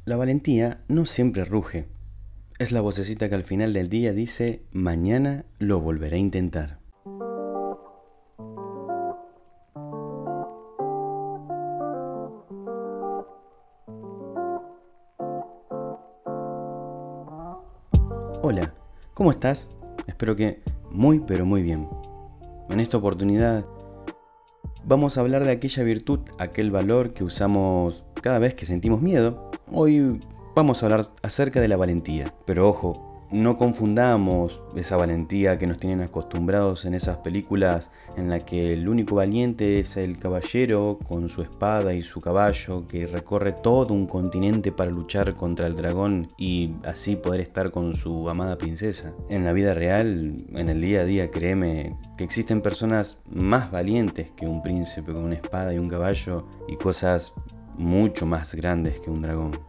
La valentía no siempre ruge. Es la vocecita que al final del día dice, mañana lo volveré a intentar. Hola, ¿cómo estás? Espero que muy pero muy bien. En esta oportunidad vamos a hablar de aquella virtud, aquel valor que usamos cada vez que sentimos miedo. Hoy vamos a hablar acerca de la valentía. Pero ojo, no confundamos esa valentía que nos tienen acostumbrados en esas películas en la que el único valiente es el caballero con su espada y su caballo que recorre todo un continente para luchar contra el dragón y así poder estar con su amada princesa. En la vida real, en el día a día, créeme que existen personas más valientes que un príncipe con una espada y un caballo y cosas mucho más grandes que un dragón.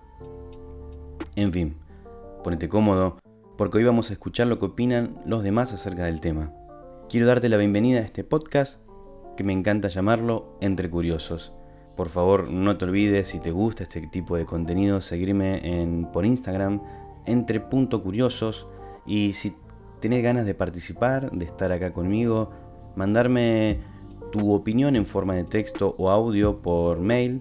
En fin, ponete cómodo, porque hoy vamos a escuchar lo que opinan los demás acerca del tema. Quiero darte la bienvenida a este podcast, que me encanta llamarlo Entre Curiosos. Por favor, no te olvides, si te gusta este tipo de contenido, seguirme por Instagram, entre.curiosos, y si tenés ganas de participar, de estar acá conmigo, mandarme tu opinión en forma de texto o audio por mail,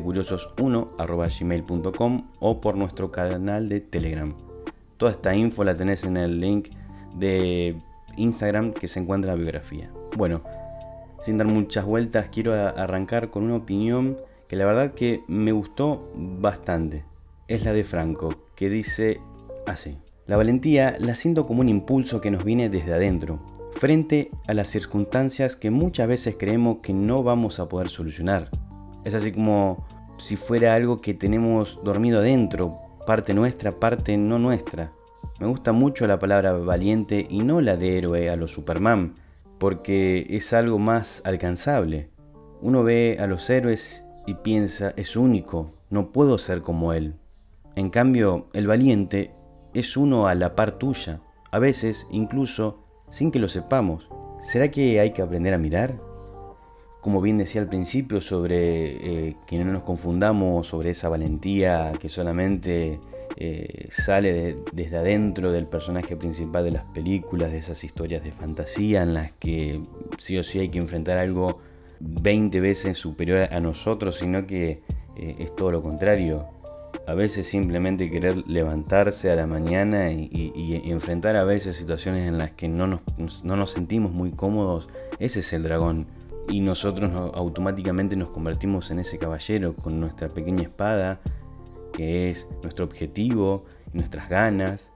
entrecuriosos1@gmail.com o por nuestro canal de Telegram. Toda esta info la tenés en el link de Instagram que se encuentra en la biografía. Bueno, sin dar muchas vueltas, quiero arrancar con una opinión que la verdad que me gustó bastante. Es la de Franco, que dice así: la valentía la siento como un impulso que nos viene desde adentro, frente a las circunstancias que muchas veces creemos que no vamos a poder solucionar. Es así como si fuera algo que tenemos dormido adentro, parte nuestra, parte no nuestra. Me gusta mucho la palabra valiente y no la de héroe a lo Superman, porque es algo más alcanzable. Uno ve a los héroes y piensa, es único, no puedo ser como él. En cambio, el valiente es uno a la par tuya, a veces incluso sin que lo sepamos. ¿Será que hay que aprender a mirar? Como bien decía al principio, sobre que no nos confundamos sobre esa valentía que solamente sale desde adentro del personaje principal de las películas, de esas historias de fantasía en las que sí o sí hay que enfrentar algo 20 veces superior a nosotros, sino que es todo lo contrario. A veces simplemente querer levantarse a la mañana y enfrentar a veces situaciones en las que no nos sentimos muy cómodos, ese es el dragón. Y nosotros automáticamente nos convertimos en ese caballero con nuestra pequeña espada, que es nuestro objetivo, nuestras ganas.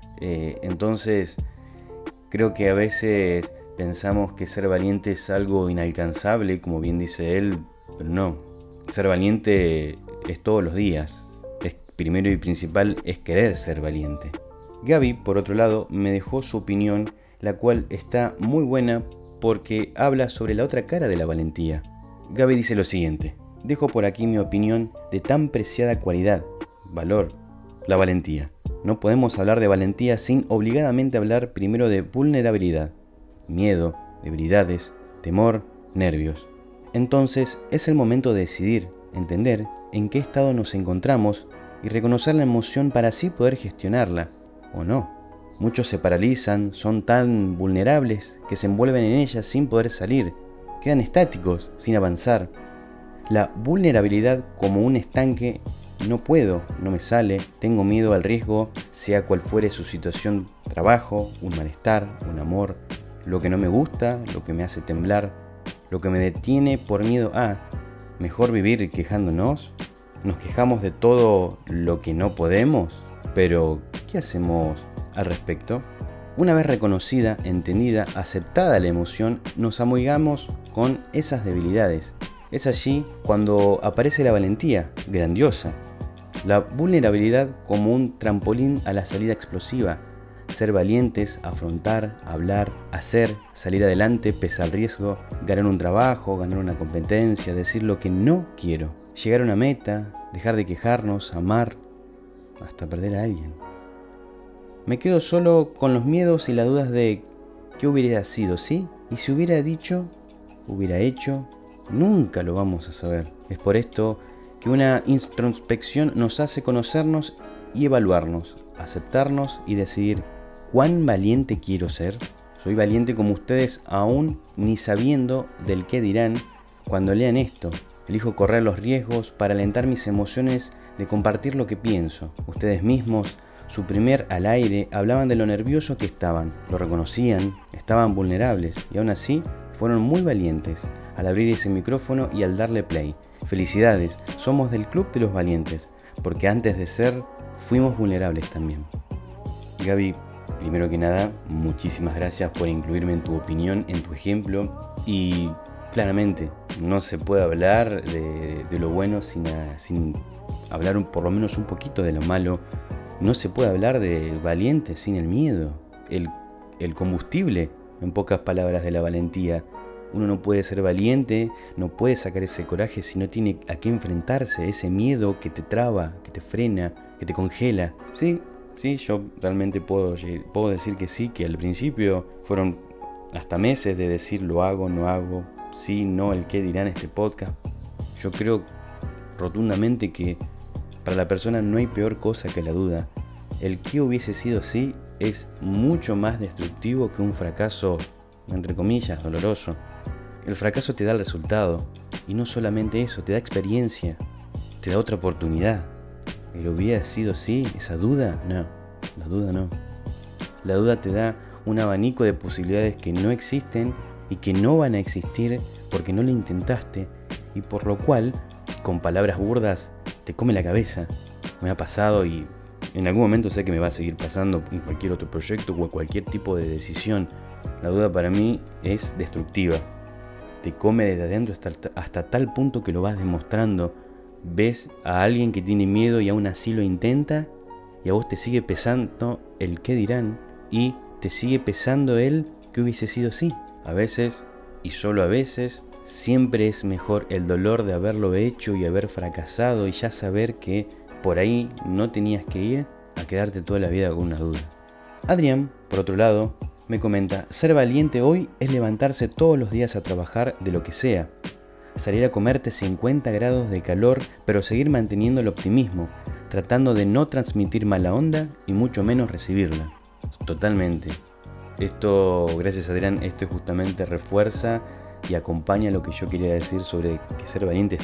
Entonces, creo que a veces pensamos que ser valiente es algo inalcanzable, como bien dice él, pero no. Ser valiente es todos los días. Primero y principal es querer ser valiente. Gaby, por otro lado, me dejó su opinión, la cual está muy buena porque habla sobre la otra cara de la valentía. Gaby dice lo siguiente: dejo por aquí mi opinión de tan preciada cualidad, valor, la valentía. No podemos hablar de valentía sin obligadamente hablar primero de vulnerabilidad, miedo, debilidades, temor, nervios. Entonces es el momento de decidir, entender en qué estado nos encontramos y reconocer la emoción para así poder gestionarla, o no. Muchos se paralizan, son tan vulnerables que se envuelven en ella sin poder salir, quedan estáticos, sin avanzar. La vulnerabilidad como un estanque: no puedo, no me sale, tengo miedo al riesgo, sea cual fuere su situación, trabajo, un malestar, un amor, lo que no me gusta, lo que me hace temblar, lo que me detiene por miedo a. Mejor vivir quejándonos. Nos quejamos de todo lo que no podemos, pero ¿qué hacemos al respecto? Una vez reconocida, entendida, aceptada la emoción, nos amigamos con esas debilidades. Es allí cuando aparece la valentía, grandiosa. La vulnerabilidad como un trampolín a la salida explosiva. Ser valientes, afrontar, hablar, hacer, salir adelante pese al riesgo, ganar un trabajo, ganar una competencia, decir lo que no quiero, llegar a una meta, dejar de quejarnos, amar, hasta perder a alguien. Me quedo solo con los miedos y las dudas de qué hubiera sido, ¿sí? Y si hubiera dicho, hubiera hecho, nunca lo vamos a saber. Es por esto que una introspección nos hace conocernos y evaluarnos, aceptarnos y decidir cuán valiente quiero ser. Soy valiente como ustedes aún ni sabiendo del qué dirán cuando lean esto. Elijo correr los riesgos para alentar mis emociones de compartir lo que pienso. Ustedes mismos, su primer al aire, hablaban de lo nervioso que estaban, lo reconocían, estaban vulnerables y aún así fueron muy valientes al abrir ese micrófono y al darle play. Felicidades, somos del Club de los Valientes, porque antes de ser, fuimos vulnerables también. Gaby, primero que nada, muchísimas gracias por incluirme en tu opinión, en tu ejemplo. Y claramente, no se puede hablar de lo bueno sin hablar por lo menos un poquito de lo malo. No se puede hablar de valiente sin el miedo. El combustible, en pocas palabras, de la valentía. Uno no puede ser valiente, no puede sacar ese coraje si no tiene a qué enfrentarse, ese miedo que te traba, que te frena, que te congela. Sí, yo realmente puedo decir que sí, que al principio fueron hasta meses de decir lo hago, no hago, sí, no, el qué dirán este podcast. Yo creo rotundamente que para la persona no hay peor cosa que la duda. El qué hubiese sido sí es mucho más destructivo que un fracaso, entre comillas, doloroso. El fracaso te da el resultado, y no solamente eso, te da experiencia, te da otra oportunidad. ¿Pero hubiera sido así? ¿Esa duda? No, la duda no. La duda te da un abanico de posibilidades que no existen y que no van a existir porque no lo intentaste, y por lo cual, con palabras burdas, te come la cabeza. Me ha pasado y en algún momento sé que me va a seguir pasando en cualquier otro proyecto o cualquier tipo de decisión. La duda para mí es destructiva. Te come desde adentro hasta tal punto que lo vas demostrando. Ves a alguien que tiene miedo y aún así lo intenta, y a vos te sigue pesando el qué dirán, y te sigue pesando el que hubiese sido sí. A veces, y solo a veces, siempre es mejor el dolor de haberlo hecho y haber fracasado y ya saber que por ahí no tenías que ir a quedarte toda la vida con una duda. Adrián, por otro lado, me comenta: ser valiente hoy es levantarse todos los días a trabajar de lo que sea, salir a comerte 50 grados de calor, pero seguir manteniendo el optimismo, tratando de no transmitir mala onda y mucho menos recibirla. Totalmente. Esto, gracias Adrián, esto justamente refuerza y acompaña lo que yo quería decir sobre que ser valiente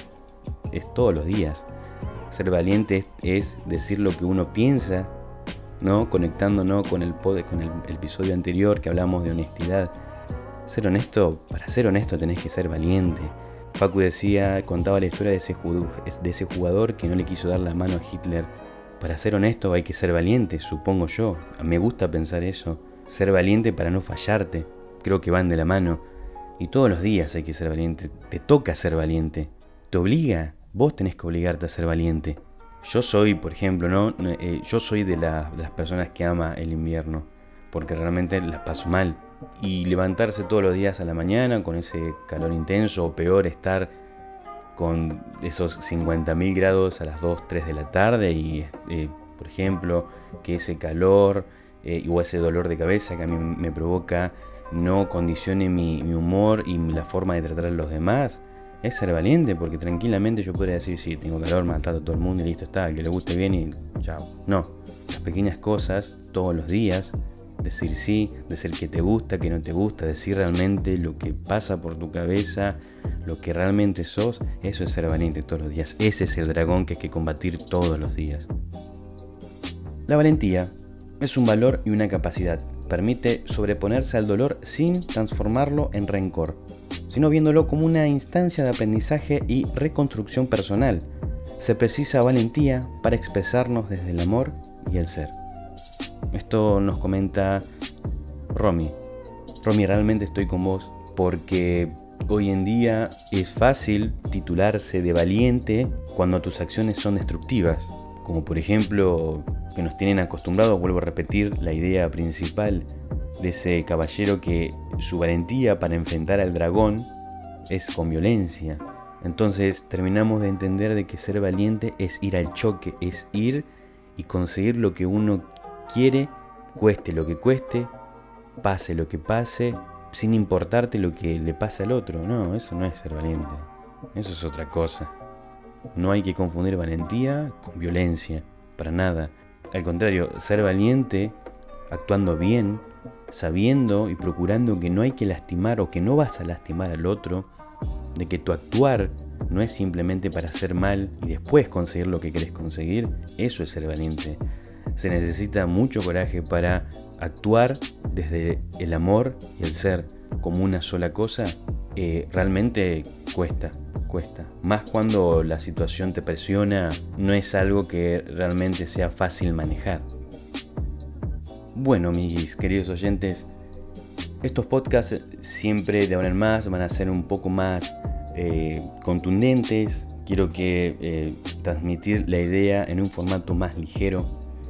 es todos los días. Ser valiente es decir lo que uno piensa, ¿no? Conectándonos con el episodio anterior que hablamos de honestidad. Ser honesto, para ser honesto tenés que ser valiente. Facu contaba la historia de ese jugador que no le quiso dar la mano a Hitler. Para ser honesto hay que ser valiente, supongo yo. Me gusta pensar eso. Ser valiente para no fallarte. Creo que van de la mano. Y todos los días hay que ser valiente. Te toca ser valiente. Te obliga. Vos tenés que obligarte a ser valiente. Yo soy, por ejemplo, yo soy de las personas que ama el invierno. Porque realmente las paso mal. Y levantarse todos los días a la mañana con ese calor intenso, o peor estar con esos 50.000 grados a las 2, 3 de la tarde y, por ejemplo, que ese calor o ese dolor de cabeza que a mí me provoca no condicione mi humor y la forma de tratar a los demás, es ser valiente, porque tranquilamente yo podría decir: sí, tengo calor, matar a todo el mundo y listo está, al que le guste bien y chao. No, las pequeñas cosas, todos los días, decir sí, decir que te gusta, que no te gusta, decir realmente lo que pasa por tu cabeza, lo que realmente sos, eso es ser valiente todos los días. Ese es el dragón que hay que combatir todos los días. La valentía es un valor y una capacidad. Permite sobreponerse al dolor sin transformarlo en rencor, sino viéndolo como una instancia de aprendizaje y reconstrucción personal. Se precisa valentía para expresarnos desde el amor y el ser. Esto nos comenta Romy. Romy, realmente estoy con vos porque hoy en día es fácil titularse de valiente cuando tus acciones son destructivas. Como por ejemplo, que nos tienen acostumbrados, vuelvo a repetir la idea principal de ese caballero, que su valentía para enfrentar al dragón es con violencia. Entonces terminamos de entender de que ser valiente es ir al choque, es ir y conseguir lo que uno quiere, cueste lo que cueste, pase lo que pase, sin importarte lo que le pase al otro. No, eso no es ser valiente, eso es otra cosa. No hay que confundir valentía con violencia, para nada. Al contrario, ser valiente, actuando bien, sabiendo y procurando que no hay que lastimar o que no vas a lastimar al otro, de que tu actuar no es simplemente para hacer mal y después conseguir lo que querés conseguir, eso es ser valiente. Se necesita mucho coraje para actuar desde el amor y el ser como una sola cosa. Realmente cuesta. Más cuando la situación te presiona, no es algo que realmente sea fácil manejar. Bueno, mis queridos oyentes, estos podcasts siempre de ahora en más van a ser un poco más contundentes. Quiero transmitir la idea en un formato más ligero,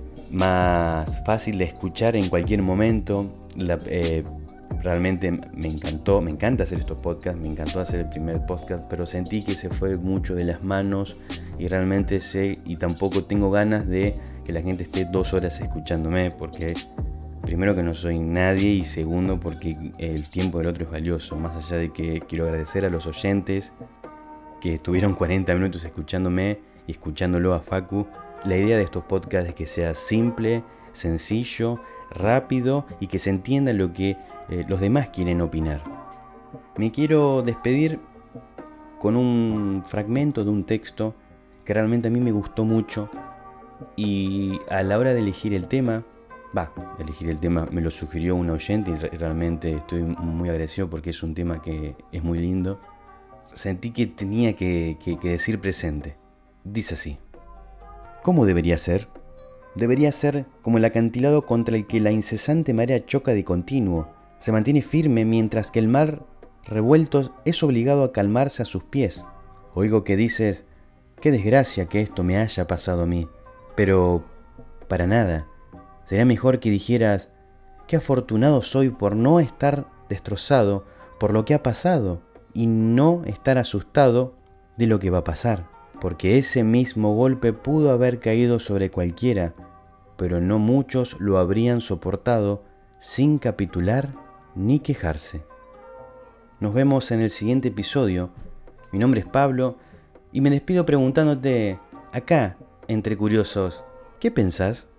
más fácil de escuchar en cualquier momento. Realmente me encanta hacer estos podcasts, me encantó hacer el primer podcast, pero sentí que se fue mucho de las manos y realmente y tampoco tengo ganas de que la gente esté 2 horas escuchándome, porque primero que no soy nadie y segundo porque el tiempo del otro es valioso. Más allá de que quiero agradecer a los oyentes que estuvieron 40 minutos escuchándome y escuchándolo a Facu, la idea de estos podcasts es que sea simple, sencillo, rápido y que se entienda lo que los demás quieren opinar. Me quiero despedir con un fragmento de un texto que realmente a mí me gustó mucho y a la hora de elegir el tema me lo sugirió un oyente y realmente estoy muy agradecido porque es un tema que es muy lindo. Sentí que tenía que decir presente. Dice así: ¿cómo debería ser? Debería ser como el acantilado contra el que la incesante marea choca de continuo. Se mantiene firme mientras que el mar revuelto es obligado a calmarse a sus pies. Oigo que dices: qué desgracia que esto me haya pasado a mí. Pero para nada. Sería mejor que dijeras: qué afortunado soy por no estar destrozado por lo que ha pasado y no estar asustado de lo que va a pasar. Porque ese mismo golpe pudo haber caído sobre cualquiera, pero no muchos lo habrían soportado sin capitular ni quejarse. Nos vemos en el siguiente episodio. Mi nombre es Pablo y me despido preguntándote, acá, entre curiosos, ¿qué pensás?